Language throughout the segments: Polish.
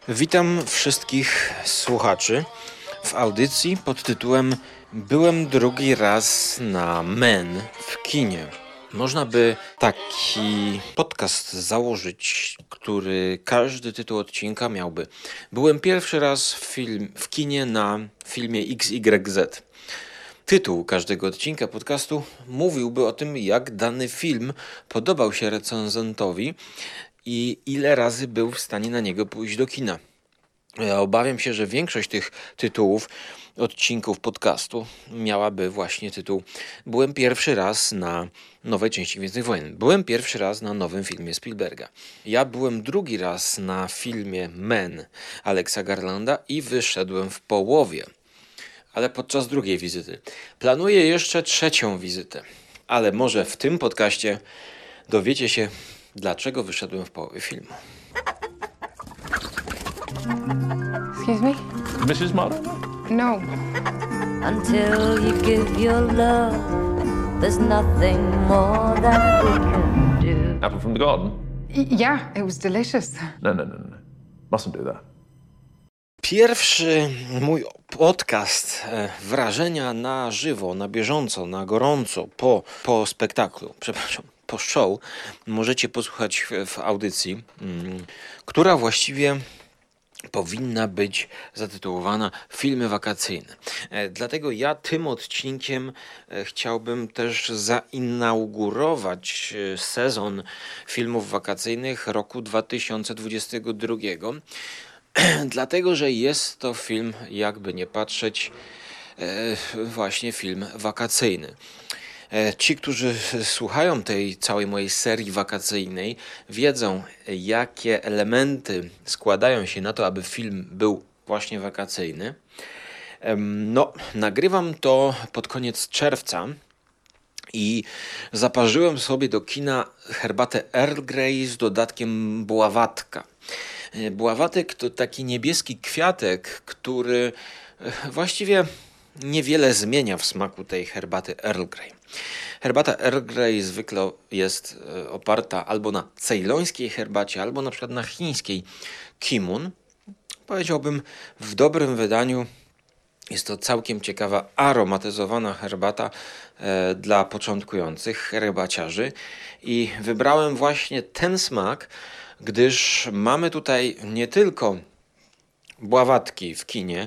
Witam wszystkich słuchaczy w audycji pod tytułem Byłem drugi raz na Men w kinie. Można by taki podcast założyć, który każdy tytuł odcinka miałby. Byłem pierwszy raz w kinie na filmie XYZ. Tytuł każdego odcinka podcastu mówiłby o tym, jak dany film podobał się recenzentowi i ile razy był w stanie na niego pójść do kina. Ja obawiam się, że większość tych tytułów, odcinków podcastu miałaby właśnie tytuł Byłem pierwszy raz na nowej części Gwiezdnych Wojen. Byłem pierwszy raz na nowym filmie Spielberga. Ja byłem drugi raz na filmie Men Alexa Garlanda i wyszedłem w połowie. Ale podczas drugiej wizyty. Planuję jeszcze trzecią wizytę. Ale może w tym podcaście dowiecie się, dlaczego wyszedłem w połowie filmu. Excuse me? Mrs. Marlowe? No. Until you give your love, there's nothing more that we can do. Apple from the garden? Yeah, it was delicious. No. Mustn't do that. Pierwszy mój podcast, wrażenia na żywo, na bieżąco, na gorąco, po spektaklu, po show, możecie posłuchać w audycji, która właściwie powinna być zatytułowana Filmy wakacyjne. Dlatego ja tym odcinkiem chciałbym też zainaugurować sezon filmów wakacyjnych roku 2022. Dlatego, że jest to film, jakby nie patrzeć, właśnie film wakacyjny. Ci, którzy słuchają tej całej mojej serii wakacyjnej, wiedzą, jakie elementy składają się na to, aby film był właśnie wakacyjny. Nagrywam to pod koniec czerwca i zaparzyłem sobie do kina herbatę Earl Grey z dodatkiem buławatka. Buławatek to taki niebieski kwiatek, który właściwie niewiele zmienia w smaku tej herbaty Earl Grey. Herbata Earl Grey zwykle jest oparta albo na cejlońskiej herbacie, albo na przykład na chińskiej Kimun. Powiedziałbym, w dobrym wydaniu jest to całkiem ciekawa, aromatyzowana herbata dla początkujących herbaciarzy i wybrałem właśnie ten smak, gdyż mamy tutaj nie tylko buławatki w kinie.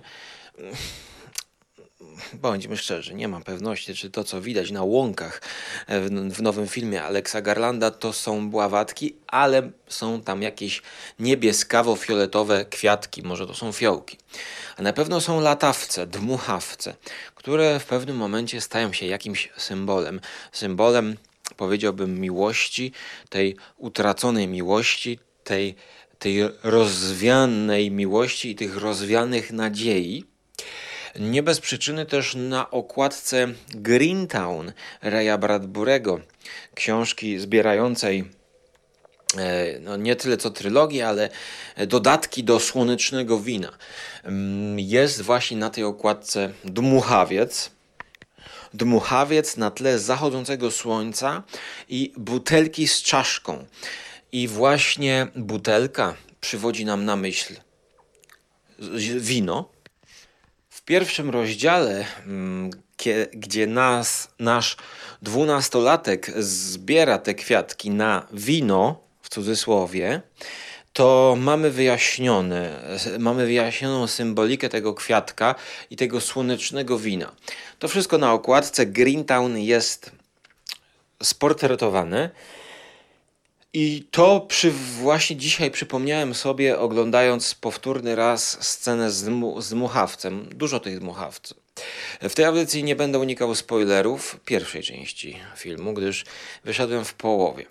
Bądźmy szczerzy, nie mam pewności, czy to, co widać na łąkach w nowym filmie Alexa Garlanda, to są buławatki, ale są tam jakieś niebieskawo-fioletowe kwiatki, może to są fiołki. A na pewno są latawce, dmuchawce, które w pewnym momencie stają się jakimś symbolem. Symbolem, powiedziałbym, miłości, tej utraconej miłości, tej rozwianej miłości i tych rozwianych nadziei. Nie bez przyczyny też na okładce Greentown Raya Bradbury'ego, książki zbierającej nie tyle co trylogię, ale dodatki do Słonecznego Wina. Jest właśnie na tej okładce dmuchawiec. Dmuchawiec na tle zachodzącego słońca i butelki z czaszką. I właśnie butelka przywodzi nam na myśl wino. W pierwszym rozdziale, gdzie nasz 12-latek zbiera te kwiatki na wino, w cudzysłowie, to mamy wyjaśnioną symbolikę tego kwiatka i tego słonecznego wina. To wszystko na okładce Greentown jest sportretowane. I to właśnie dzisiaj przypomniałem sobie, oglądając powtórny raz scenę z dmuchawcem. Dużo tych dmuchawców. W tej audycji nie będę unikał spoilerów pierwszej części filmu, gdyż wyszedłem w połowie.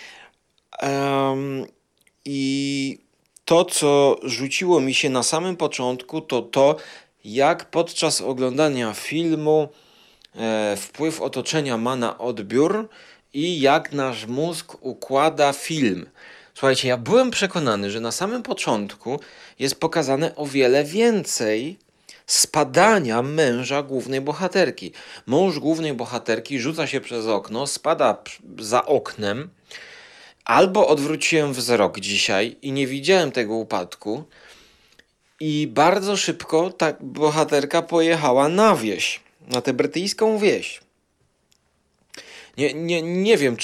I to, co rzuciło mi się na samym początku, to jak podczas oglądania filmu wpływ otoczenia ma na odbiór i jak nasz mózg układa film. Słuchajcie, ja byłem przekonany, że na samym początku jest pokazane o wiele więcej spadania męża głównej bohaterki. Mąż głównej bohaterki rzuca się przez okno, spada za oknem. Albo odwróciłem wzrok dzisiaj i nie widziałem tego upadku, I bardzo szybko ta bohaterka pojechała na wieś, na tę brytyjską wieś. Nie wiem,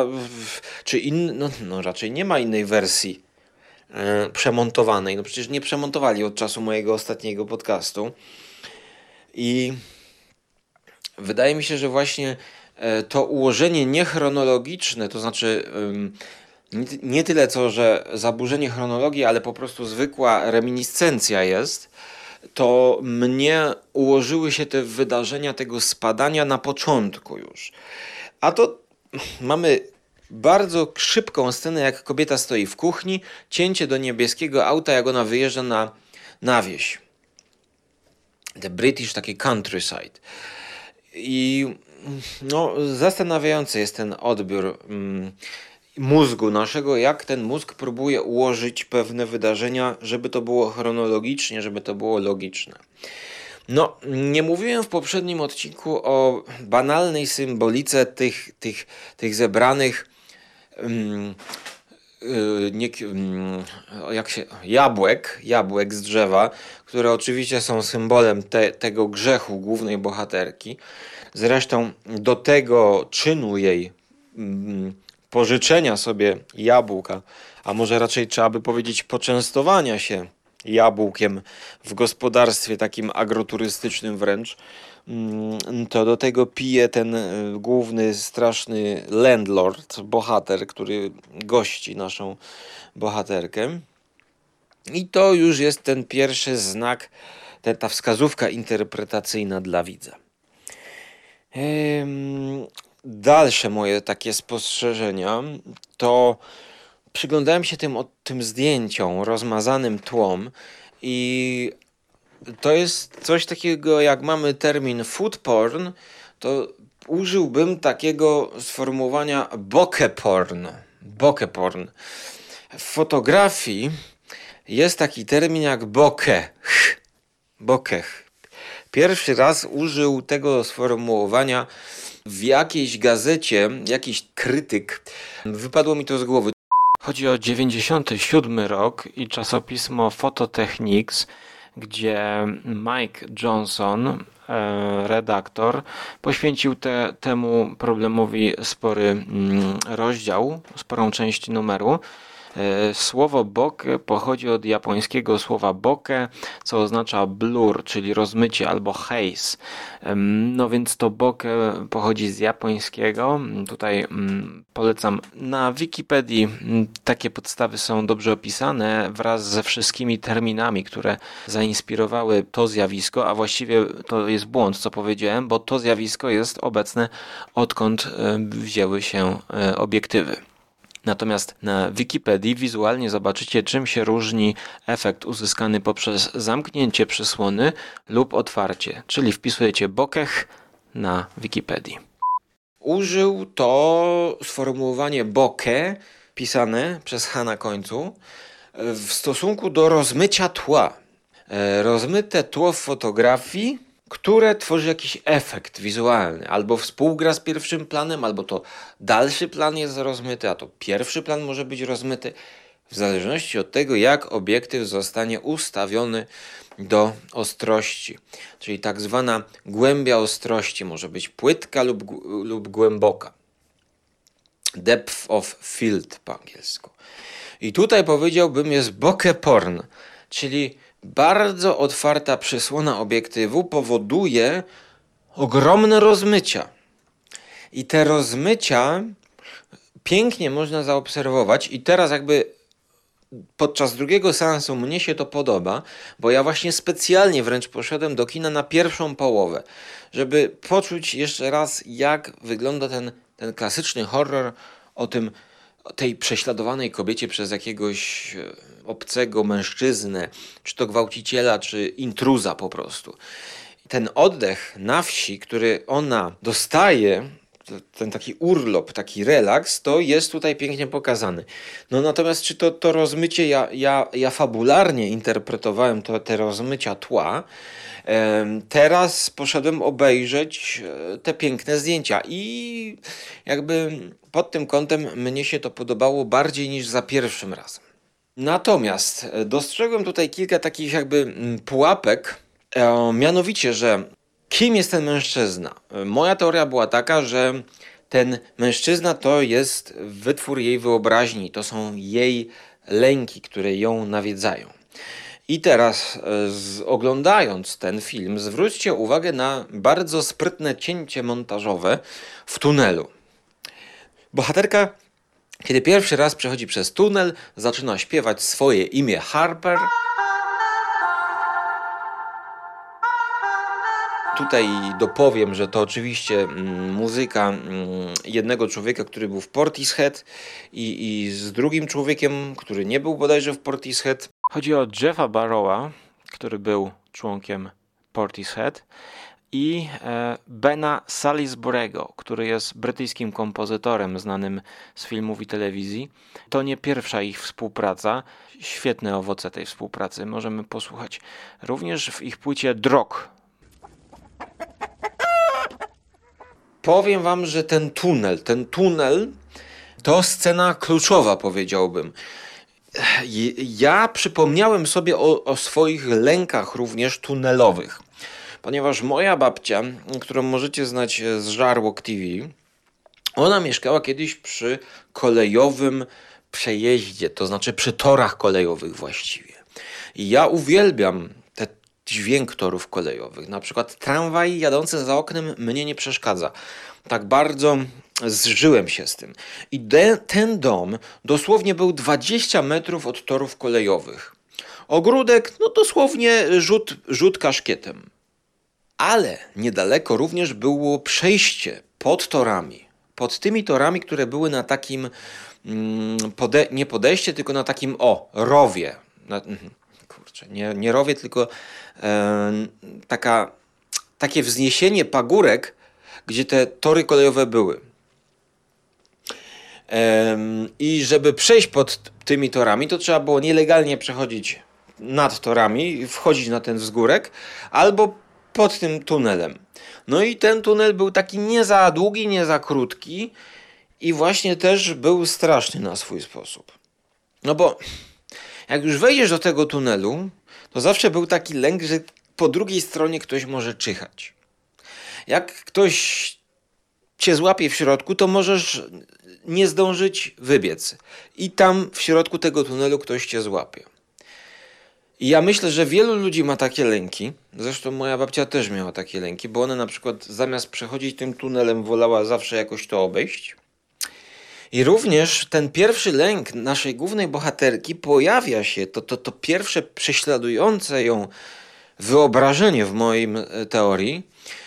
no raczej nie ma innej wersji przemontowanej. No przecież nie przemontowali od czasu mojego ostatniego podcastu. I wydaje mi się, że właśnie to ułożenie niechronologiczne, to znaczy nie tyle co, że zaburzenie chronologii, ale po prostu zwykła reminiscencja jest, to mnie ułożyły się te wydarzenia tego spadania na początku już. A to mamy bardzo szybką scenę, jak kobieta stoi w kuchni, cięcie do niebieskiego auta, jak ona wyjeżdża na wieś. The British, taki countryside. I no, zastanawiający jest ten odbiór mózgu naszego, jak ten mózg próbuje ułożyć pewne wydarzenia, żeby to było chronologicznie, żeby to było logiczne. No, nie mówiłem w poprzednim odcinku o banalnej symbolice tych zebranych jabłek z drzewa, które oczywiście są symbolem tego grzechu głównej bohaterki. Zresztą do tego czynu jej pożyczenia sobie jabłka, a może raczej trzeba by powiedzieć poczęstowania się jabłkiem w gospodarstwie takim agroturystycznym wręcz, to do tego pije ten główny, straszny landlord, bohater, który gości naszą bohaterkę. I to już jest ten pierwszy znak, ta wskazówka interpretacyjna dla widza. Dalsze moje takie spostrzeżenia to przyglądałem się tym zdjęciom, rozmazanym tłom i to jest coś takiego, jak mamy termin food porn, to użyłbym takiego sformułowania bokeh porn. W fotografii jest taki termin jak bokeh. Pierwszy raz użył tego sformułowania w jakiejś gazecie, jakiś krytyk. Wypadło mi to z głowy. Chodzi o 97 rok i czasopismo Phototechnics, gdzie Mike Johnson, redaktor, poświęcił temu problemowi spory rozdział, sporą część numeru. Słowo bokeh pochodzi od japońskiego słowa bokeh, co oznacza blur, czyli rozmycie, albo haze. No więc to bokeh pochodzi z japońskiego. Tutaj polecam. Na Wikipedii takie podstawy są dobrze opisane wraz ze wszystkimi terminami, które zainspirowały to zjawisko, a właściwie to jest błąd, co powiedziałem, bo to zjawisko jest obecne odkąd wzięły się obiektywy. Natomiast na Wikipedii wizualnie zobaczycie, czym się różni efekt uzyskany poprzez zamknięcie przysłony lub otwarcie, czyli wpisujecie bokeh na Wikipedii. Użył to sformułowanie bokeh, pisane przez H na końcu, w stosunku do rozmycia tła. Rozmyte tło w fotografii, które tworzy jakiś efekt wizualny, albo współgra z pierwszym planem, albo to dalszy plan jest rozmyty, a to pierwszy plan może być rozmyty, w zależności od tego, jak obiektyw zostanie ustawiony do ostrości. Czyli tak zwana głębia ostrości może być płytka lub głęboka. Depth of field po angielsku. I tutaj powiedziałbym jest bokeh porn, czyli bardzo otwarta przysłona obiektywu powoduje ogromne rozmycia. I te rozmycia pięknie można zaobserwować i teraz jakby podczas drugiego seansu mnie się to podoba, bo ja właśnie specjalnie wręcz poszedłem do kina na pierwszą połowę, żeby poczuć jeszcze raz, jak wygląda ten klasyczny horror o tej prześladowanej kobiecie przez jakiegoś obcego mężczyznę, czy to gwałciciela, czy intruza po prostu. Ten oddech na wsi, który ona dostaje, ten taki urlop, taki relaks, to jest tutaj pięknie pokazany. No natomiast czy to rozmycie, ja fabularnie interpretowałem te rozmycia tła. Teraz poszedłem obejrzeć te piękne zdjęcia i jakby pod tym kątem mnie się to podobało bardziej niż za pierwszym razem. Natomiast dostrzegłem tutaj kilka takich jakby pułapek, mianowicie, że kim jest ten mężczyzna? Moja teoria była taka, że ten mężczyzna to jest wytwór jej wyobraźni, to są jej lęki, które ją nawiedzają. I teraz oglądając ten film, zwróćcie uwagę na bardzo sprytne cięcie montażowe w tunelu. Bohaterka, kiedy pierwszy raz przechodzi przez tunel, zaczyna śpiewać swoje imię Harper. Tutaj dopowiem, że to oczywiście muzyka jednego człowieka, który był w Portishead i z drugim człowiekiem, który nie był bodajże w Portishead. Chodzi o Jeffa Barrowa, który był członkiem Portishead, i Bena Salisbury'ego, który jest brytyjskim kompozytorem znanym z filmów i telewizji. To nie pierwsza ich współpraca. Świetne owoce tej współpracy możemy posłuchać również w ich płycie Drog. Powiem wam, że ten tunel to scena kluczowa, powiedziałbym. Ja przypomniałem sobie o swoich lękach również tunelowych, ponieważ moja babcia, którą możecie znać z Żarłok TV, ona mieszkała kiedyś przy kolejowym przejeździe, to znaczy przy torach kolejowych właściwie. I ja uwielbiam dźwięk torów kolejowych. Na przykład tramwaj jadący za oknem mnie nie przeszkadza. Tak bardzo zżyłem się z tym. I ten dom dosłownie był 20 metrów od torów kolejowych. Ogródek, no dosłownie rzut kaszkietem. Ale niedaleko również było przejście pod torami. Pod tymi torami, które były na takim, nie podejście, tylko na takim, rowie. Nie rowie, tylko takie wzniesienie, pagórek, gdzie te tory kolejowe były. I żeby przejść pod tymi torami, to trzeba było nielegalnie przechodzić nad torami, wchodzić na ten wzgórek, albo pod tym tunelem. No i ten tunel był taki nie za długi, nie za krótki i właśnie też był straszny na swój sposób. No bo jak już wejdziesz do tego tunelu, to zawsze był taki lęk, że po drugiej stronie ktoś może czyhać. Jak ktoś cię złapie w środku, to możesz nie zdążyć wybiec. I tam w środku tego tunelu ktoś cię złapie. I ja myślę, że wielu ludzi ma takie lęki. Zresztą moja babcia też miała takie lęki, bo ona na przykład zamiast przechodzić tym tunelem wolała zawsze jakoś to obejść. I również ten pierwszy lęk naszej głównej bohaterki pojawia się, to pierwsze prześladujące ją wyobrażenie w moim teorii,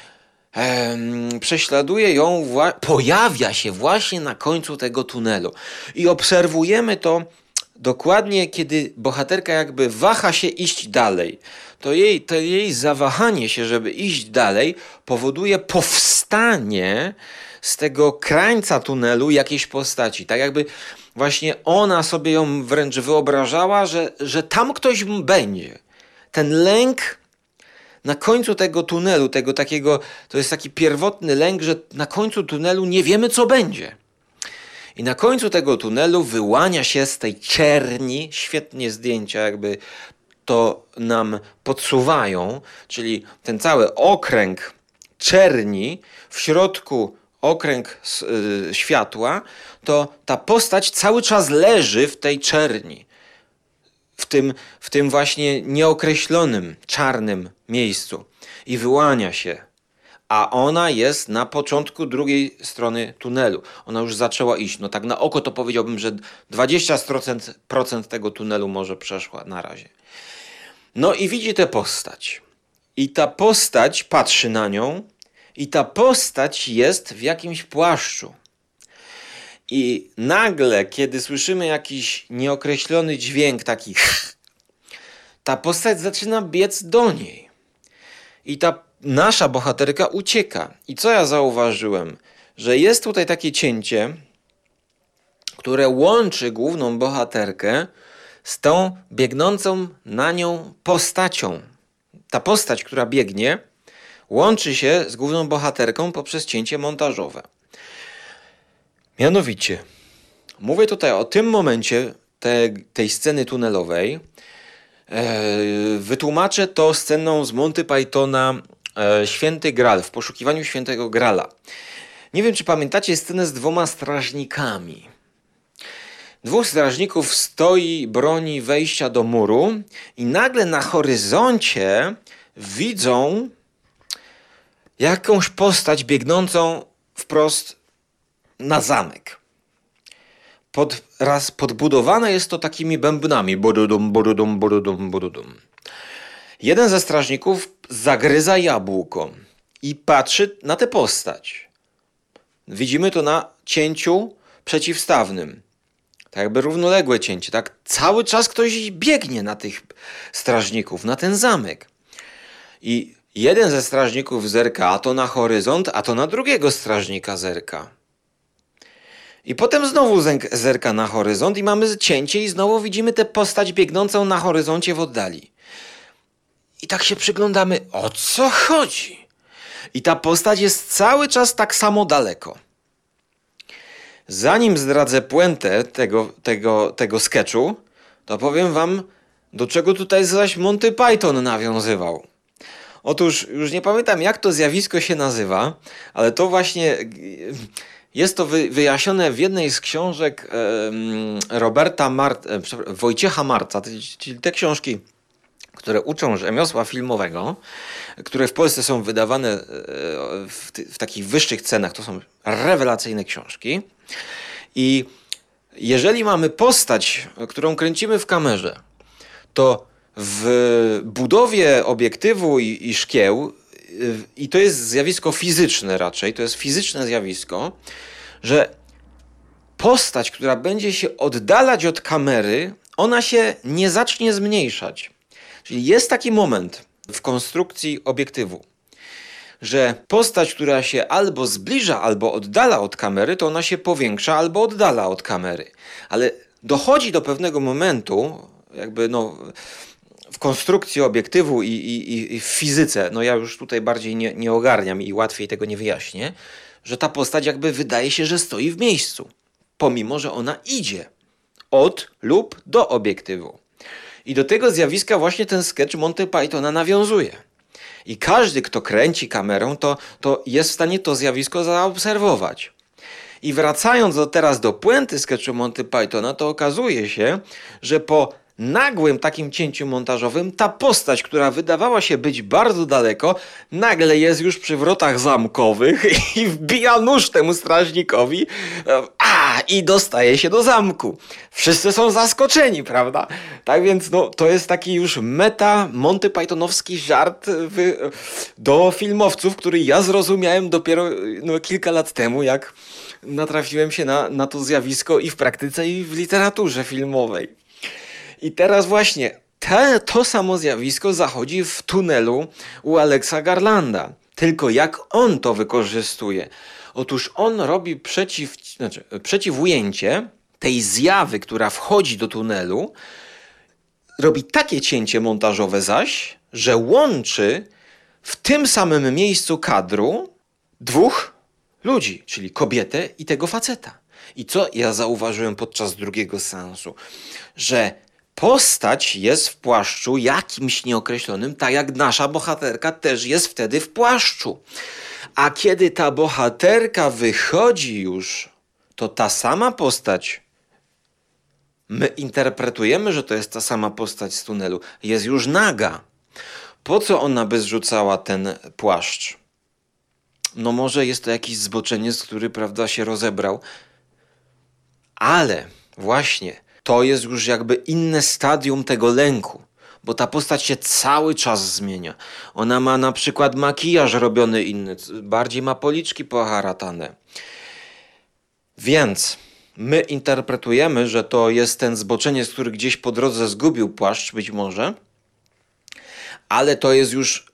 pojawia się właśnie na końcu tego tunelu. I obserwujemy to dokładnie, kiedy bohaterka jakby waha się iść dalej. To jej zawahanie się, żeby iść dalej, powoduje powstanie z tego krańca tunelu jakiejś postaci. Tak jakby właśnie ona sobie ją wręcz wyobrażała, że tam ktoś będzie. Ten lęk na końcu tego tunelu, to jest taki pierwotny lęk, że na końcu tunelu nie wiemy, co będzie. I na końcu tego tunelu wyłania się z tej czerni, świetnie zdjęcia jakby to nam podsuwają, czyli ten cały okręg czerni, w środku okręg światła, to ta postać cały czas leży w tej czerni. W tym właśnie nieokreślonym, czarnym miejscu i wyłania się. A ona jest na początku drugiej strony tunelu. Ona już zaczęła iść. No tak na oko to powiedziałbym, że 20% tego tunelu może przeszła na razie. No i widzi tę postać. I ta postać patrzy na nią i ta postać jest w jakimś płaszczu. I nagle, kiedy słyszymy jakiś nieokreślony dźwięk, taki ta postać zaczyna biec do niej. I ta nasza bohaterka ucieka. I co ja zauważyłem? Że jest tutaj takie cięcie, które łączy główną bohaterkę z tą biegnącą na nią postacią. Ta postać, która biegnie, łączy się z główną bohaterką poprzez cięcie montażowe. Mianowicie, mówię tutaj o tym momencie, tej sceny tunelowej wytłumaczę to sceną z Monty Pythona Święty Graal, w poszukiwaniu Świętego Grala. Nie wiem, czy pamiętacie scenę z 2 strażnikami. 2 strażników stoi, broni wejścia do muru i nagle na horyzoncie widzą jakąś postać biegnącą wprost na zamek. Podbudowane jest to takimi bębnami. Burudum, burudum, burudum, burudum. Jeden ze strażników zagryza jabłko i patrzy na tę postać. Widzimy to na cięciu przeciwstawnym. Tak jakby równoległe cięcie. Tak? Cały czas ktoś biegnie na tych strażników, na ten zamek. I jeden ze strażników zerka, a to na horyzont, a to na drugiego strażnika zerka. I potem znowu zerka na horyzont i mamy cięcie i znowu widzimy tę postać biegnącą na horyzoncie w oddali. I tak się przyglądamy, o co chodzi? I ta postać jest cały czas tak samo daleko. Zanim zdradzę puentę tego sketchu, to powiem wam, do czego tutaj zaś Monty Python nawiązywał. Otóż już nie pamiętam, jak to zjawisko się nazywa, ale to właśnie jest to wyjaśnione w jednej z książek Wojciecha Marca, czyli te książki, które uczą rzemiosła filmowego, które w Polsce są wydawane w takich wyższych cenach. To są rewelacyjne książki. I jeżeli mamy postać, którą kręcimy w kamerze, to w budowie obiektywu i szkieł, i to jest zjawisko fizyczne raczej, to jest fizyczne zjawisko, że postać, która będzie się oddalać od kamery, ona się nie zacznie zmniejszać. Czyli jest taki moment w konstrukcji obiektywu, że postać, która się albo zbliża, albo oddala od kamery, to ona się powiększa albo oddala od kamery. Ale dochodzi do pewnego momentu, jakby w konstrukcji obiektywu i w fizyce, ja już tutaj bardziej nie ogarniam i łatwiej tego nie wyjaśnię, że ta postać jakby wydaje się, że stoi w miejscu, pomimo że ona idzie od lub do obiektywu. I do tego zjawiska właśnie ten sketch Monty Pythona nawiązuje. I każdy, kto kręci kamerą, to jest w stanie to zjawisko zaobserwować. I wracając teraz do puenty sketchu Monty Pythona, to okazuje się, że po nagłym takim cięciu montażowym ta postać, która wydawała się być bardzo daleko, nagle jest już przy wrotach zamkowych i wbija nóż temu strażnikowi i dostaje się do zamku. Wszyscy są zaskoczeni, prawda? Tak więc to jest taki już meta Monty Pythonowski żart do filmowców, który ja zrozumiałem dopiero kilka lat temu, jak natrafiłem się na to zjawisko i w praktyce, i w literaturze filmowej. I teraz właśnie to samo zjawisko zachodzi w tunelu u Alexa Garlanda. Tylko jak on to wykorzystuje? Otóż on robi przeciwujęcie tej zjawy, która wchodzi do tunelu, robi takie cięcie montażowe zaś, że łączy w tym samym miejscu kadru 2 ludzi, czyli kobietę i tego faceta. I co ja zauważyłem podczas drugiego seansu? Że postać jest w płaszczu jakimś nieokreślonym, tak jak nasza bohaterka też jest wtedy w płaszczu. A kiedy ta bohaterka wychodzi już, to ta sama postać, my interpretujemy, że to jest ta sama postać z tunelu, jest już naga. Po co ona by zrzucała ten płaszcz? Może jest to jakiś zboczeniec, który, prawda, się rozebrał. Ale właśnie to jest już jakby inne stadium tego lęku, bo ta postać się cały czas zmienia. Ona ma na przykład makijaż robiony inny, bardziej ma policzki poharatane. Więc my interpretujemy, że to jest ten zboczeniec, który gdzieś po drodze zgubił płaszcz, być może, ale to jest już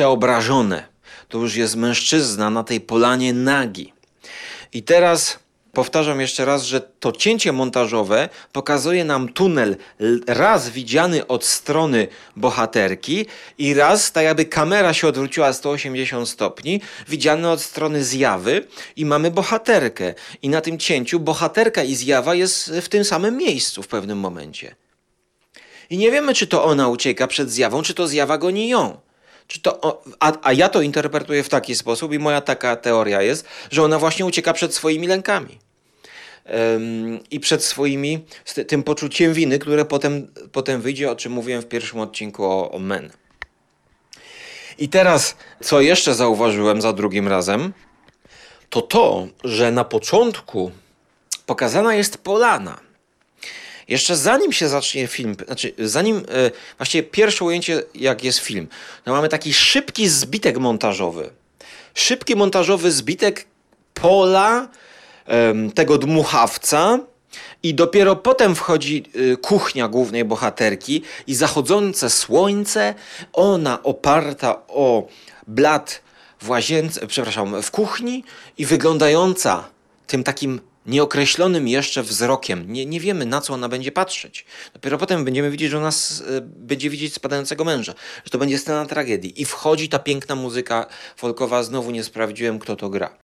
przeobrażone. To już jest mężczyzna na tej polanie nagi. I teraz Powtarzam jeszcze raz, że to cięcie montażowe pokazuje nam tunel raz widziany od strony bohaterki i raz, tak jakby kamera się odwróciła 180 stopni, widziany od strony zjawy i mamy bohaterkę. I na tym cięciu bohaterka i zjawa jest w tym samym miejscu w pewnym momencie. I nie wiemy, czy to ona ucieka przed zjawą, czy to zjawa goni ją. A ja to interpretuję w taki sposób i moja taka teoria jest, że ona właśnie ucieka przed swoimi lękami. I przed tym poczuciem winy, które potem wyjdzie, o czym mówiłem w pierwszym odcinku o Men. I teraz, co jeszcze zauważyłem za drugim razem, to, że na początku pokazana jest polana. Jeszcze zanim się zacznie film, właściwie pierwsze ujęcie, jak jest film, no mamy taki szybki zbitek montażowy. Szybki montażowy zbitek pola, tego dmuchawca i dopiero potem wchodzi kuchnia głównej bohaterki i zachodzące słońce, ona oparta o blat w kuchni i wyglądająca tym takim nieokreślonym jeszcze wzrokiem. Nie wiemy, na co ona będzie patrzeć. Dopiero potem będziemy widzieć, że ona będzie widzieć spadającego męża, że to będzie scena tragedii. I wchodzi ta piękna muzyka folkowa. Znowu nie sprawdziłem, kto to gra.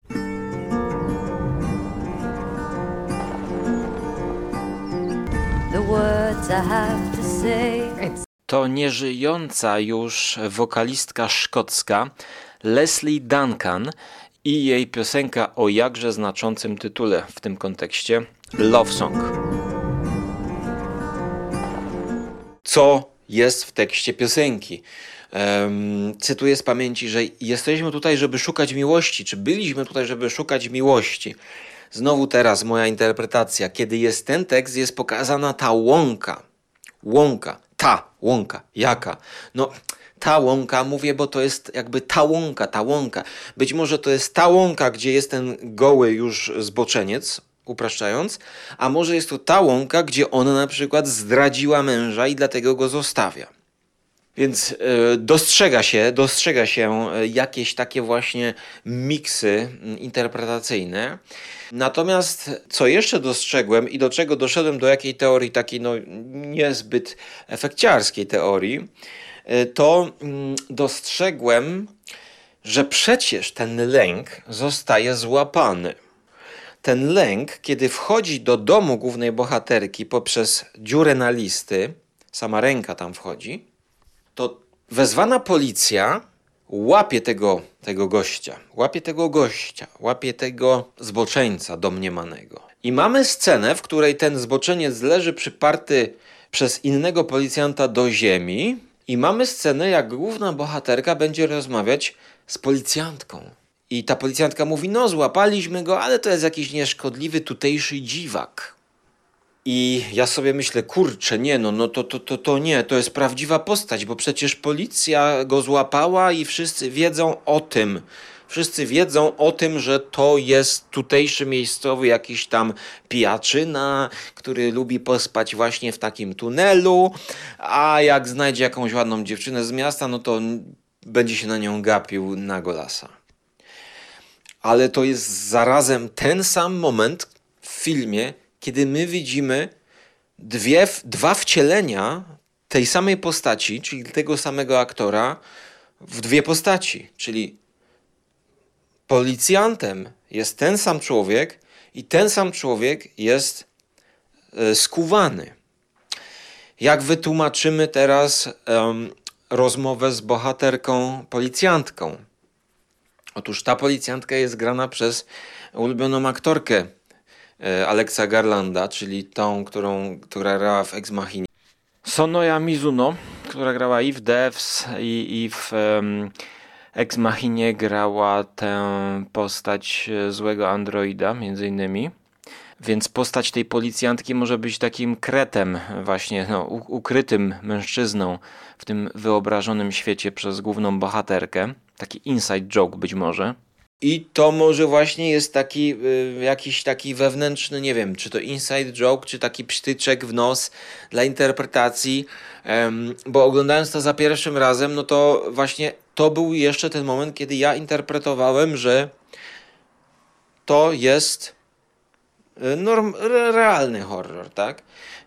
The words I have to say. To nieżyjąca już wokalistka szkocka Leslie Duncan i jej piosenka o jakże znaczącym tytule w tym kontekście Love Song. Co jest w tekście piosenki? Cytuję z pamięci, że jesteśmy tutaj, żeby szukać miłości, czy byliśmy tutaj, żeby szukać miłości. Znowu teraz moja interpretacja. Kiedy jest ten tekst, jest pokazana ta łąka. Ta łąka. Jaka? No, ta łąka, mówię, bo to jest jakby ta łąka. Być może to jest ta łąka, gdzie jest ten goły już zboczeniec, upraszczając, a może jest to ta łąka, gdzie ona na przykład zdradziła męża i dlatego go zostawia. Więc dostrzega się jakieś takie właśnie miksy interpretacyjne. Natomiast co jeszcze dostrzegłem i do czego doszedłem, do jakiej teorii, takiej niezbyt efekciarskiej teorii, to dostrzegłem, że przecież ten lęk zostaje złapany. Ten lęk, kiedy wchodzi do domu głównej bohaterki poprzez dziurę na listy, sama ręka tam wchodzi, to wezwana policja łapie tego gościa, łapie tego zboczeńca domniemanego. I mamy scenę, w której ten zboczeniec leży przyparty przez innego policjanta do ziemi i mamy scenę, jak główna bohaterka będzie rozmawiać z policjantką. I ta policjantka mówi, no złapaliśmy go, ale to jest jakiś nieszkodliwy tutejszy dziwak. I ja sobie myślę, kurczę, nie, to nie, to jest prawdziwa postać, bo przecież policja go złapała i wszyscy wiedzą o tym. Wszyscy wiedzą o tym, że to jest tutejszy miejscowy jakiś tam pijaczyna, który lubi pospać właśnie w takim tunelu, a jak znajdzie jakąś ładną dziewczynę z miasta, no to będzie się na nią gapił na golasa. Ale to jest zarazem ten sam moment w filmie, kiedy my widzimy dwa wcielenia tej samej postaci, czyli tego samego aktora, w dwie postaci. Czyli policjantem jest ten sam człowiek i ten sam człowiek jest skuwany. Jak wytłumaczymy teraz rozmowę z bohaterką policjantką? Otóż ta policjantka jest grana przez ulubioną aktorkę Alexa Garlanda, czyli tą, która grała w Ex Machinie. Sonoya Mizuno, która grała i w Devs, i w Ex Machinie grała tę postać złego androida, między innymi. Więc postać tej policjantki może być takim kretem właśnie, ukrytym mężczyzną w tym wyobrażonym świecie przez główną bohaterkę. Taki inside joke być może. I to może właśnie jest taki jakiś taki wewnętrzny, nie wiem, czy to inside joke, czy taki psztyczek w nos dla interpretacji, bo oglądając to za pierwszym razem, no to właśnie to był jeszcze ten moment, kiedy ja interpretowałem, że to jest realny horror, tak?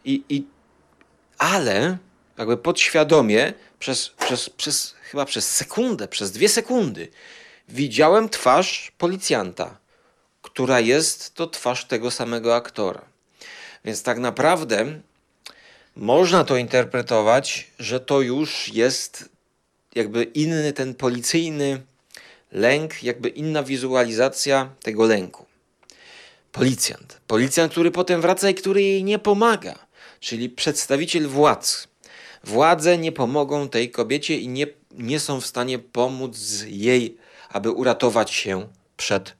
Ale jakby podświadomie chyba przez sekundę, przez 2 sekundy widziałem twarz policjanta, która jest to twarz tego samego aktora. Więc tak naprawdę można to interpretować, że to już jest jakby inny ten policyjny lęk, jakby inna wizualizacja tego lęku. Policjant, który potem wraca i który jej nie pomaga, czyli przedstawiciel władz. Władze nie pomogą tej kobiecie i nie są w stanie pomóc jej, aby uratować się przed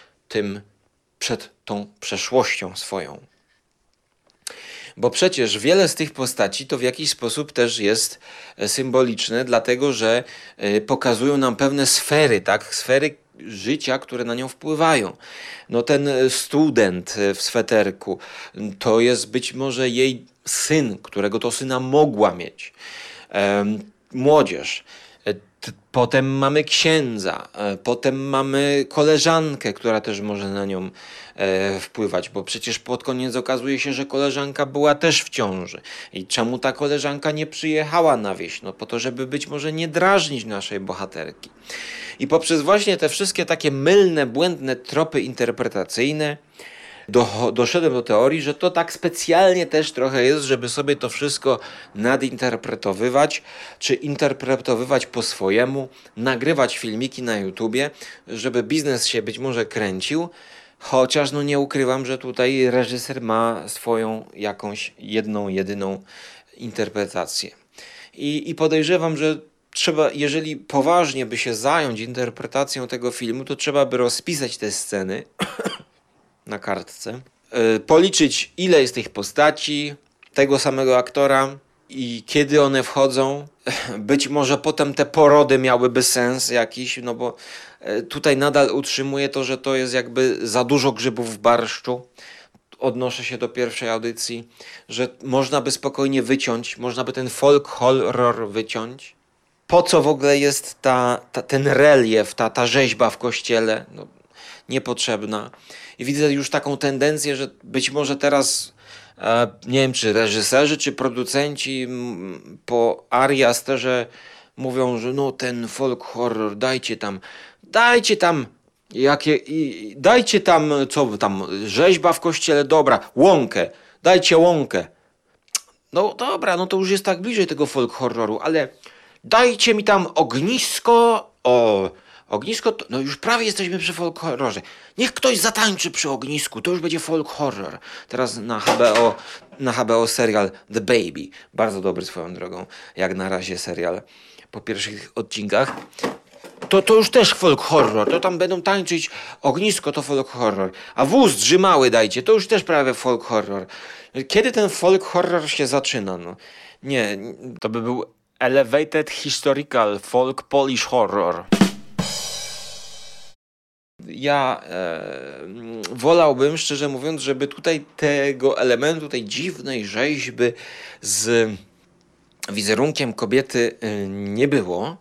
tą przeszłością swoją. Bo przecież wiele z tych postaci to w jakiś sposób też jest symboliczne, dlatego że pokazują nam pewne sfery, tak? Sfery życia, które na nią wpływają. No ten student w sweterku to jest być może jej syn, którego to syna mogła mieć. Młodzież. Potem mamy księdza, potem mamy koleżankę, która też może na nią wpływać, bo przecież pod koniec okazuje się, że koleżanka była też w ciąży. I czemu ta koleżanka nie przyjechała na wieś? No po to, żeby być może nie drażnić naszej bohaterki. I poprzez właśnie te wszystkie takie mylne, błędne tropy interpretacyjne doszedłem do teorii, że to tak specjalnie też trochę jest, żeby sobie to wszystko nadinterpretowywać, czy interpretowywać po swojemu, nagrywać filmiki na YouTubie, żeby biznes się być może kręcił, chociaż no nie ukrywam, że tutaj reżyser ma swoją jakąś jedyną interpretację. I podejrzewam, że trzeba, jeżeli poważnie by się zająć interpretacją tego filmu, to trzeba by rozpisać te sceny na kartce, policzyć ile jest tych postaci, tego samego aktora i kiedy one wchodzą. Być może potem te porody miałyby sens jakiś, no bo tutaj nadal utrzymuję to, że to jest jakby za dużo grzybów w barszczu. Odnoszę się do pierwszej audycji, że można by spokojnie wyciąć, można by ten folk horror wyciąć. Po co w ogóle jest ten relief, ta rzeźba w kościele? No, niepotrzebna. I widzę już taką tendencję, że być może teraz nie wiem, czy reżyserzy, czy producenci po Ari Asterze mówią, że no ten folk horror, dajcie tam co tam, rzeźba w kościele, dobra, łąkę, dajcie łąkę. No dobra, no to już jest tak bliżej tego folk horroru, ale dajcie mi tam ognisko, ognisko, no już prawie jesteśmy przy folk horrorze. Niech ktoś zatańczy przy ognisku, to już będzie folk horror. Teraz na HBO serial The Baby. Bardzo dobry swoją drogą, jak na razie serial po pierwszych odcinkach. To już też folk horror, to tam będą tańczyć ognisko, to folk horror. A wóz drzymały dajcie, to już też prawie folk horror. Kiedy ten folk horror się zaczyna? No, nie, to by był Elevated Historical Folk Polish Horror. Ja wolałbym, szczerze mówiąc, żeby tutaj tego elementu, tej dziwnej rzeźby z wizerunkiem kobiety nie było.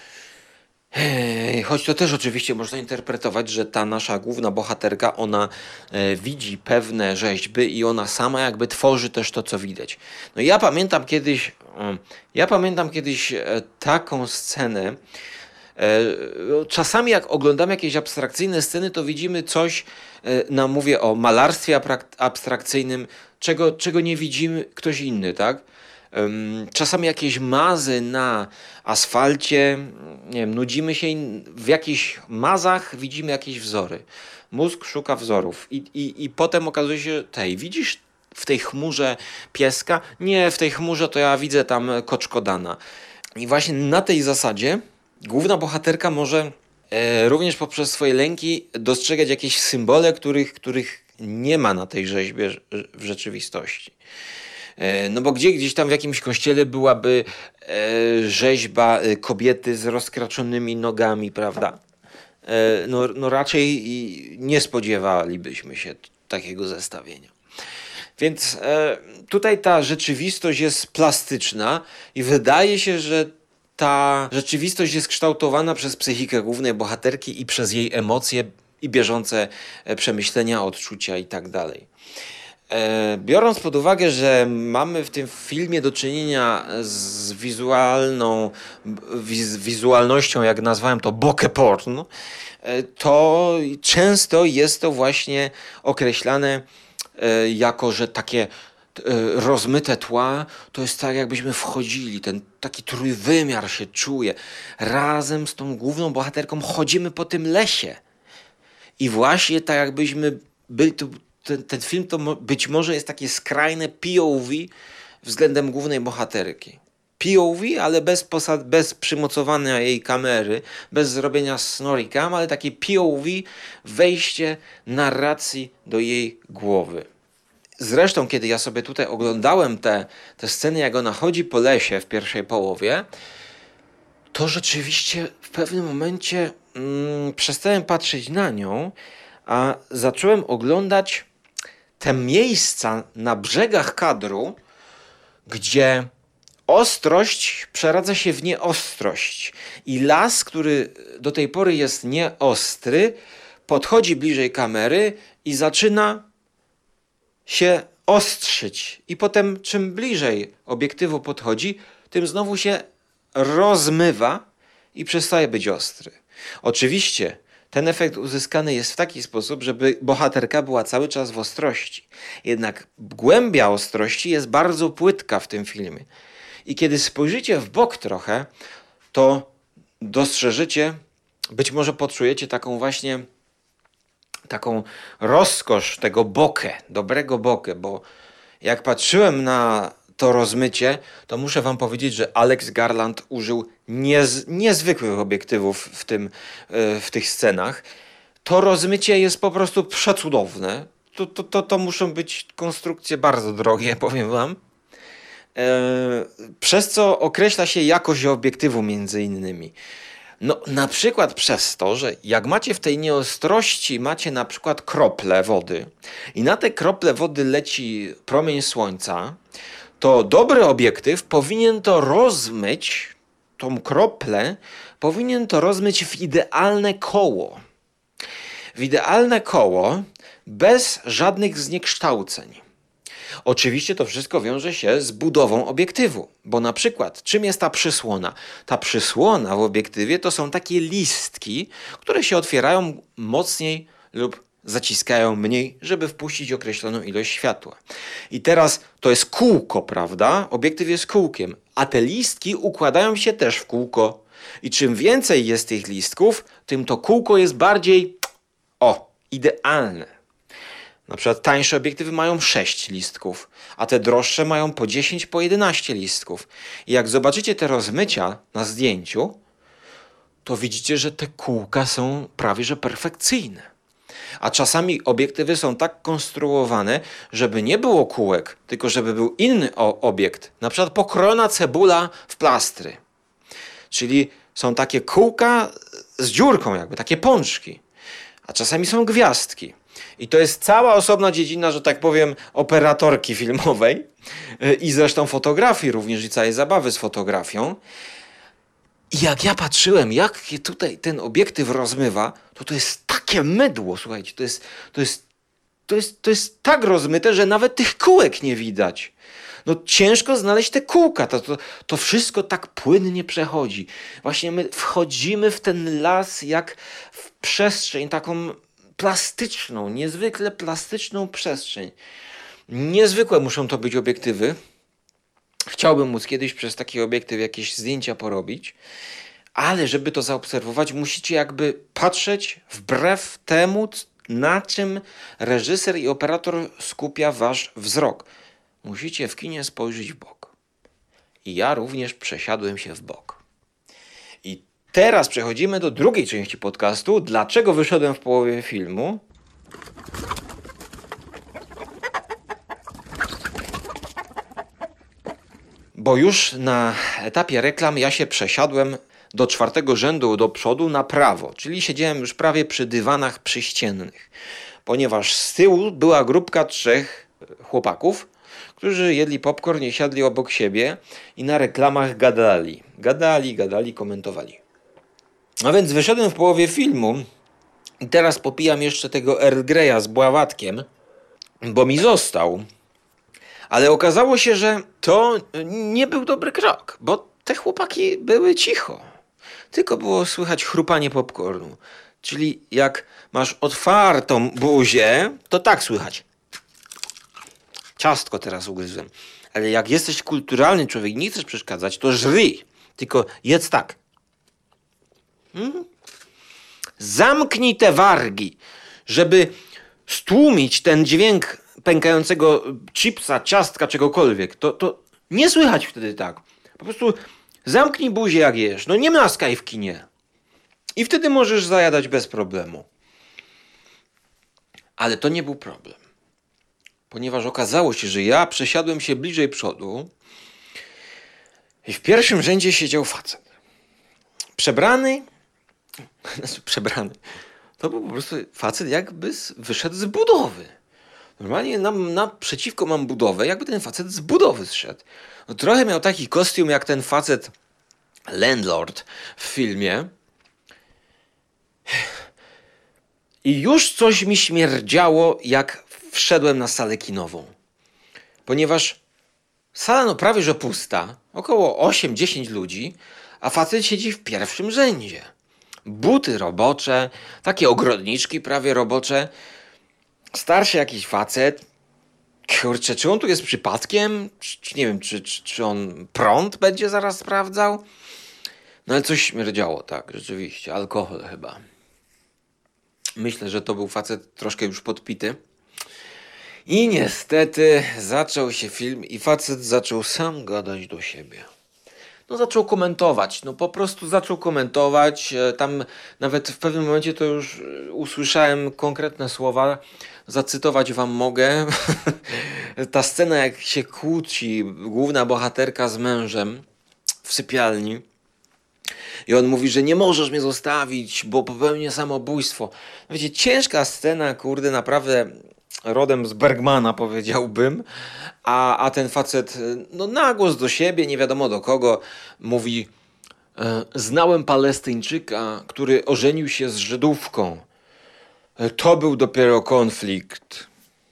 Choć to też oczywiście można interpretować, że ta nasza główna bohaterka, ona widzi pewne rzeźby i ona sama jakby tworzy też to, co widać. No ja pamiętam kiedyś taką scenę. Czasami jak oglądamy jakieś abstrakcyjne sceny, to widzimy coś, mówię o malarstwie abstrakcyjnym, czego nie widzimy ktoś inny, tak? Czasami jakieś mazy na asfalcie, nie wiem, nudzimy się i w jakichś mazach widzimy jakieś wzory. Mózg szuka wzorów i potem okazuje się, widzisz w tej chmurze pieska? Nie, w tej chmurze to ja widzę tam koczkodana. I właśnie na tej zasadzie główna bohaterka może również poprzez swoje lęki dostrzegać jakieś symbole, których nie ma na tej rzeźbie w rzeczywistości. No bo gdzieś tam w jakimś kościele byłaby rzeźba kobiety z rozkraczonymi nogami, prawda? No raczej nie spodziewalibyśmy się takiego zestawienia. Więc tutaj ta rzeczywistość jest plastyczna i wydaje się, że ta rzeczywistość jest kształtowana przez psychikę głównej bohaterki i przez jej emocje i bieżące przemyślenia, odczucia i tak dalej. Biorąc pod uwagę, że mamy w tym filmie do czynienia z wizualnością, jak nazwałem to bokeh porn, to często jest to właśnie określane jako, że takie rozmyte tła to jest tak, jakbyśmy wchodzili, ten taki trójwymiar się czuje. Razem z tą główną bohaterką chodzimy po tym lesie. I właśnie tak jakbyśmy byli tu. Ten film to być może jest takie skrajne POV względem głównej bohaterki. POV, ale bez przymocowania jej kamery, bez zrobienia snoricam, ale takie POV, wejście narracji do jej głowy. Zresztą, kiedy ja sobie tutaj oglądałem te sceny, jak ona chodzi po lesie w pierwszej połowie, to rzeczywiście w pewnym momencie przestałem patrzeć na nią, a zacząłem oglądać te miejsca na brzegach kadru, gdzie ostrość przeradza się w nieostrość i las, który do tej pory jest nieostry, podchodzi bliżej kamery i zaczyna się ostrzyć. I potem czym bliżej obiektywu podchodzi, tym znowu się rozmywa i przestaje być ostry. Oczywiście ten efekt uzyskany jest w taki sposób, żeby bohaterka była cały czas w ostrości. Jednak głębia ostrości jest bardzo płytka w tym filmie. I kiedy spojrzycie w bok trochę, to dostrzeżycie, być może poczujecie taką rozkosz tego bokeh, dobrego bokeh, bo jak patrzyłem na to rozmycie, to muszę wam powiedzieć, że Alex Garland użył niezwykłych obiektywów w tych scenach. To rozmycie jest po prostu przecudowne. To muszą być konstrukcje bardzo drogie, powiem wam. Przez co określa się jakość obiektywu między innymi. No, na przykład przez to, że jak macie w tej nieostrości, macie na przykład krople wody i na te krople wody leci promień słońca, to dobry obiektyw powinien to rozmyć, tą kroplę, powinien to rozmyć w idealne koło. W idealne koło bez żadnych zniekształceń. Oczywiście to wszystko wiąże się z budową obiektywu, bo na przykład czym jest ta przysłona? Ta przysłona w obiektywie to są takie listki, które się otwierają mocniej lub zaciskają mniej, żeby wpuścić określoną ilość światła. I teraz to jest kółko, prawda? Obiektyw jest kółkiem, a te listki układają się też w kółko. I czym więcej jest tych listków, tym to kółko jest bardziej idealne. Na przykład tańsze obiektywy mają 6 listków, a te droższe mają po 10, po 11 listków. I jak zobaczycie te rozmycia na zdjęciu, to widzicie, że te kółka są prawie że perfekcyjne. A czasami obiektywy są tak konstruowane, żeby nie było kółek, tylko żeby był inny obiekt. Na przykład pokrojona cebula w plastry. Czyli są takie kółka z dziurką jakby, takie pączki. A czasami są gwiazdki. I to jest cała osobna dziedzina, że tak powiem, operatorki filmowej i zresztą fotografii również i całej zabawy z fotografią. I jak ja patrzyłem, jak tutaj ten obiektyw rozmywa, to jest takie mydło, słuchajcie, to jest tak rozmyte, że nawet tych kółek nie widać. No ciężko znaleźć te kółka, to wszystko tak płynnie przechodzi. Właśnie my wchodzimy w ten las jak w przestrzeń taką plastyczną, niezwykle plastyczną przestrzeń. Niezwykłe muszą to być obiektywy. Chciałbym móc kiedyś przez taki obiektyw jakieś zdjęcia porobić, ale żeby to zaobserwować, musicie jakby patrzeć wbrew temu, na czym reżyser i operator skupia wasz wzrok. Musicie w kinie spojrzeć w bok. I ja również przesiadłem się w bok. I teraz przechodzimy do drugiej części podcastu. Dlaczego wyszedłem w połowie filmu? Bo już na etapie reklam ja się przesiadłem do 4. rzędu do przodu na prawo, czyli siedziałem już prawie przy dywanach przyściennych, ponieważ z tyłu była grupka 3 chłopaków, którzy jedli popcorn i siadli obok siebie i na reklamach gadali, komentowali. A więc wyszedłem w połowie filmu, I teraz popijam jeszcze tego Earl Greya z bławatkiem, bo mi został. Ale okazało się, że to nie był dobry krok, bo te chłopaki były cicho. Tylko było słychać chrupanie popcornu. Czyli jak masz otwartą buzię, to tak słychać. Ciastko teraz ugryzłem. Ale jak jesteś kulturalny człowiek i nie chcesz przeszkadzać, to żryj. Tylko jedz tak. Zamknij te wargi, żeby stłumić ten dźwięk pękającego chipsa, ciastka, czegokolwiek. To nie słychać wtedy tak. Po prostu zamknij buzię jak jesz. No nie mlaskaj w kinie. I wtedy możesz zajadać bez problemu. Ale to nie był problem. Ponieważ okazało się, że ja przesiadłem się bliżej przodu i w pierwszym rzędzie siedział facet. Przebrany. To był po prostu facet jakby wyszedł z budowy. Normalnie naprzeciwko mam budowę, jakby ten facet z budowy zszedł. No, trochę miał taki kostium jak ten facet landlord w filmie. I już coś mi śmierdziało, jak wszedłem na salę kinową. Ponieważ sala no prawie że pusta, około 8-10 ludzi, a facet siedzi w pierwszym rzędzie. Buty robocze, takie ogrodniczki prawie robocze, starszy jakiś facet. Kurczę, czy on tu jest przypadkiem? Czy nie wiem, czy on prąd będzie zaraz sprawdzał? No ale coś śmierdziało, tak, rzeczywiście, alkohol chyba. Myślę, że to był facet troszkę już podpity. I niestety zaczął się film i facet zaczął sam gadać do siebie. No zaczął komentować, no po prostu zaczął komentować. Tam nawet w pewnym momencie to już usłyszałem konkretne słowa. Zacytować wam mogę. Ta scena, jak się kłóci główna bohaterka z mężem w sypialni. I on mówi, że nie możesz mnie zostawić, bo popełnię samobójstwo. Wiecie, ciężka scena, kurde, naprawdę rodem z Bergmana, powiedziałbym. A ten facet, no na głos do siebie, nie wiadomo do kogo, mówi: znałem Palestyńczyka, który ożenił się z Żydówką. To był dopiero konflikt.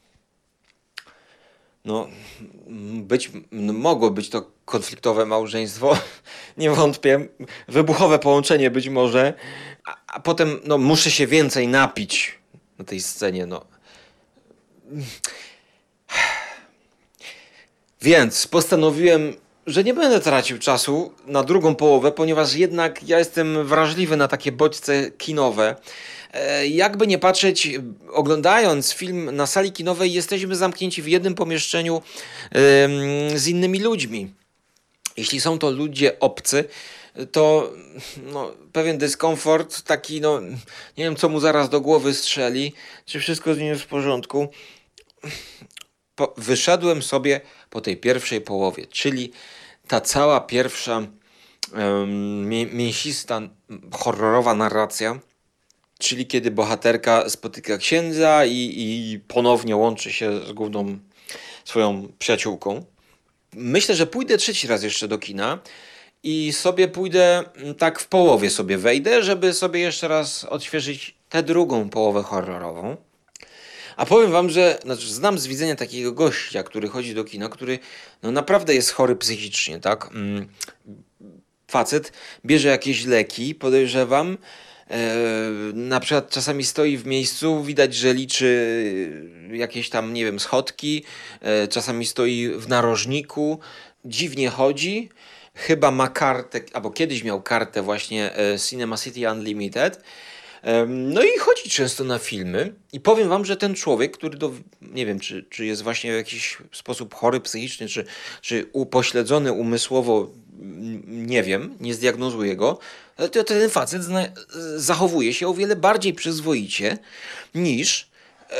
No, mogło być to konfliktowe małżeństwo, nie wątpię, wybuchowe połączenie być może, a potem no, muszę się więcej napić na tej scenie. No. Więc postanowiłem, że nie będę tracił czasu na drugą połowę, ponieważ jednak ja jestem wrażliwy na takie bodźce kinowe. Jakby nie patrzeć, oglądając film na sali kinowej, jesteśmy zamknięci w jednym pomieszczeniu z innymi ludźmi. Jeśli są to ludzie obcy, to no, pewien dyskomfort, taki, no, nie wiem, co mu zaraz do głowy strzeli, czy wszystko z nim jest w porządku. Wyszedłem sobie po tej pierwszej połowie, czyli ta cała pierwsza mięsista, horrorowa narracja, czyli kiedy bohaterka spotyka księdza i ponownie łączy się z główną swoją przyjaciółką. Myślę, że pójdę trzeci raz jeszcze do kina i sobie pójdę, tak w połowie sobie wejdę, żeby sobie jeszcze raz odświeżyć tę drugą połowę horrorową. A powiem wam, że znam z widzenia takiego gościa, który chodzi do kina, który no, naprawdę jest chory psychicznie, tak? Facet bierze jakieś leki, podejrzewam, na przykład czasami stoi w miejscu, widać, że liczy jakieś tam, nie wiem, schodki, czasami stoi w narożniku, dziwnie chodzi, chyba ma kartę, albo kiedyś miał kartę właśnie Cinema City Unlimited, no i chodzi często na filmy i powiem wam, że ten człowiek, który nie wiem, czy jest właśnie w jakiś sposób chory psychicznie, czy upośledzony umysłowo, nie wiem, nie zdiagnozuję go, ale to ten facet zachowuje się o wiele bardziej przyzwoicie niż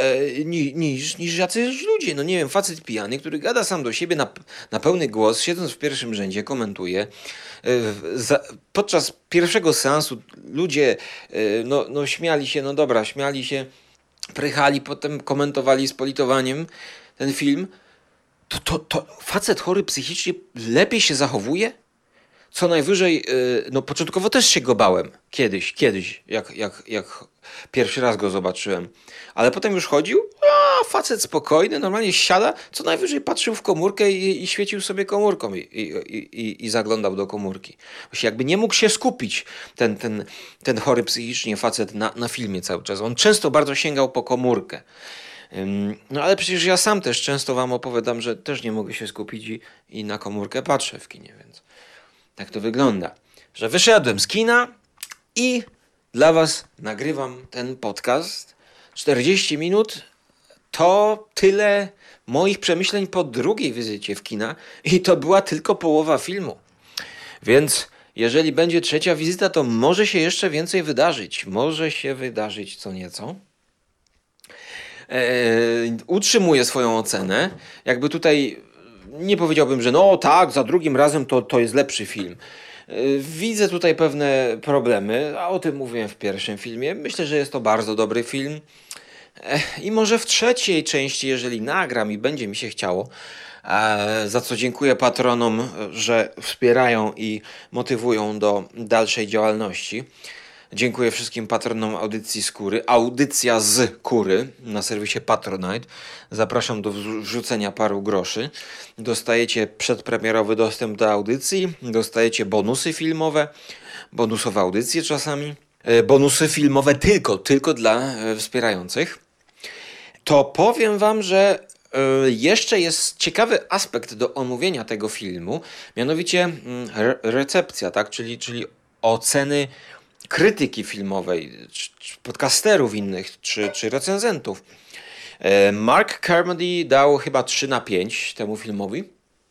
jacyś ludzie. No nie wiem, facet pijany, który gada sam do siebie na pełny głos, siedząc w pierwszym rzędzie, komentuje. Podczas pierwszego seansu ludzie no śmiali się, no dobra, śmiali się, prychali, potem komentowali z politowaniem ten film. To facet chory psychicznie lepiej się zachowuje? Co najwyżej, no początkowo też się go bałem. Kiedyś, jak pierwszy raz go zobaczyłem. Ale potem już chodził, a facet spokojny, normalnie siada, co najwyżej patrzył w komórkę i świecił sobie komórką i zaglądał do komórki. Właśnie jakby nie mógł się skupić ten chory psychicznie facet na filmie cały czas. On często bardzo sięgał po komórkę. No ale przecież ja sam też często wam opowiadam, że też nie mogę się skupić i na komórkę patrzę w kinie, więc tak to wygląda. Że wyszedłem z kina i dla was nagrywam ten podcast. 40 minut to tyle moich przemyśleń po drugiej wizycie w kina i to była tylko połowa filmu. Więc jeżeli będzie trzecia wizyta, to może się jeszcze więcej wydarzyć. Może się wydarzyć co nieco. Utrzymuję swoją ocenę. Jakby tutaj nie powiedziałbym, że no tak, za drugim razem to jest lepszy film. Widzę tutaj pewne problemy, a o tym mówiłem w pierwszym filmie. Myślę, że jest to bardzo dobry film. I może w trzeciej części, jeżeli nagram i będzie mi się chciało, za co dziękuję patronom, że wspierają i motywują do dalszej działalności. Dziękuję wszystkim patronom audycji z Kury. Audycja z Kury na serwisie Patronite. Zapraszam do wrzucenia paru groszy. Dostajecie przedpremierowy dostęp do audycji. Dostajecie bonusy filmowe. Bonusowe audycje czasami. Bonusy filmowe tylko dla wspierających. To powiem wam, że jeszcze jest ciekawy aspekt do omówienia tego filmu. Mianowicie recepcja, tak? Czyli oceny krytyki filmowej, czy podcasterów innych, czy recenzentów. Mark Kermody dał chyba 3/5 temu filmowi.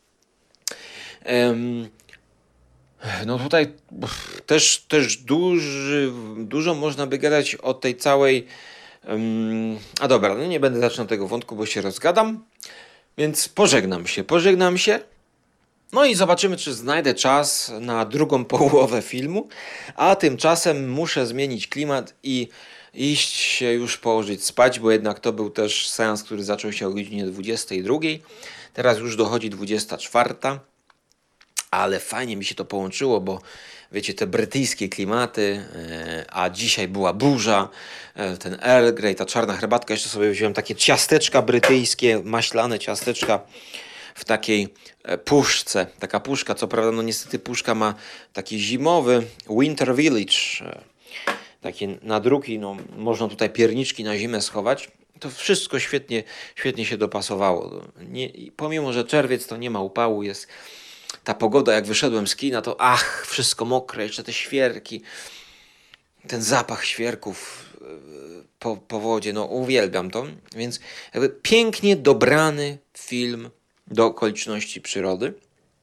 No tutaj też dużo można by gadać o tej całej... A dobra, no nie będę zaczynał tego wątku, bo się rozgadam. Więc pożegnam się. No i zobaczymy, czy znajdę czas na drugą połowę filmu, a tymczasem muszę zmienić klimat i iść się już położyć spać, bo jednak to był też seans, który zaczął się o godzinie 22. Teraz już dochodzi 24. Ale fajnie mi się to połączyło, bo wiecie, te brytyjskie klimaty, a dzisiaj była burza, ten Earl Grey, ta czarna herbatka, jeszcze sobie wziąłem takie ciasteczka brytyjskie, maślane ciasteczka, w takiej puszce. Taka puszka, co prawda, no niestety puszka ma taki zimowy Winter Village. Takie nadruki, no można tutaj pierniczki na zimę schować. To wszystko świetnie się dopasowało. Pomimo, że czerwiec to nie ma upału, jest ta pogoda, jak wyszedłem z kina, to wszystko mokre, jeszcze te świerki. Ten zapach świerków po wodzie, no uwielbiam to. Więc jakby pięknie dobrany film do okoliczności przyrody.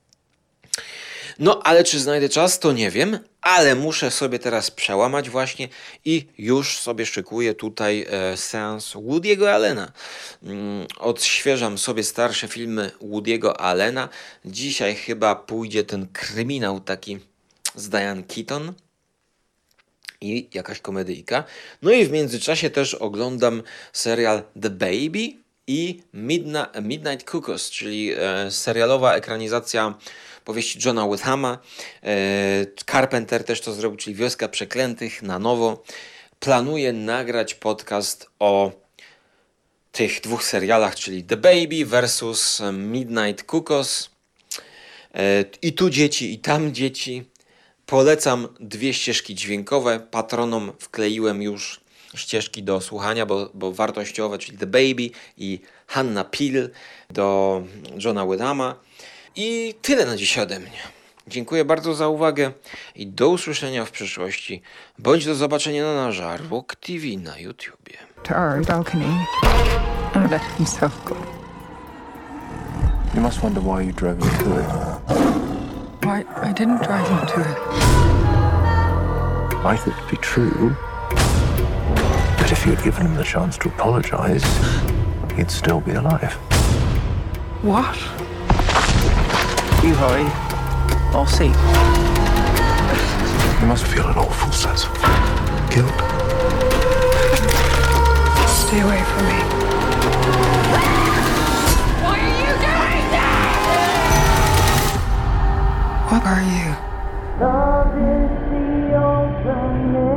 No, ale czy znajdę czas, to nie wiem, ale muszę sobie teraz przełamać właśnie i już sobie szykuję tutaj seans Woody'ego Allena. Odświeżam sobie starsze filmy Woody'ego Allena. Dzisiaj chyba pójdzie ten kryminał taki z Diane Keaton i jakaś komedyjka. No i w międzyczasie też oglądam serial The Baby i Midnight Cuckoos, czyli serialowa ekranizacja powieści Johna Wythama. Carpenter też to zrobił, czyli Wioska Przeklętych na nowo. Planuję nagrać podcast o tych dwóch serialach, czyli The Baby versus Midnight Cuckoos. I tu dzieci, i tam dzieci. Polecam 2 ścieżki dźwiękowe. Patronom wkleiłem już ścieżki do słuchania, bo wartościowe, czyli The Baby i Hannah Peel do Johna Wythama. I tyle na dziś ode mnie. Dziękuję bardzo za uwagę i do usłyszenia w przyszłości, bądź do zobaczenia na Żarłok TV na YouTubie. To our balcony and let himself go. You must wonder why you drove me to it. I didn't drive him to it. I thought it'd be true. But if you had given him the chance to apologize, he'd still be alive. What? You hurry. I'll see. You must feel an awful sense of guilt. Stay away from me. Why are you doing this? What are you? Love is the ultimate.